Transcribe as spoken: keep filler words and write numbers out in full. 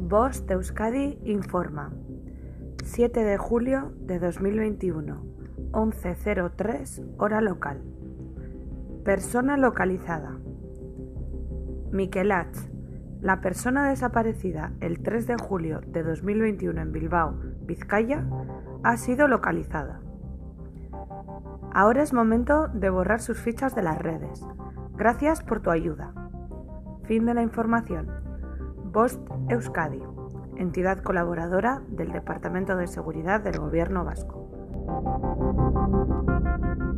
Voz de Euskadi informa. siete de julio de dos mil veintiuno, once cero tres, hora local. Persona localizada. Mikel H., la persona desaparecida el tres de julio de dos mil veintiuno en Bilbao, Vizcaya, ha sido localizada. Ahora es momento de borrar sus fichas de las redes. Gracias por tu ayuda. Fin de la información. Voz Euskadi, entidad colaboradora del Departamento de Seguridad del Gobierno Vasco.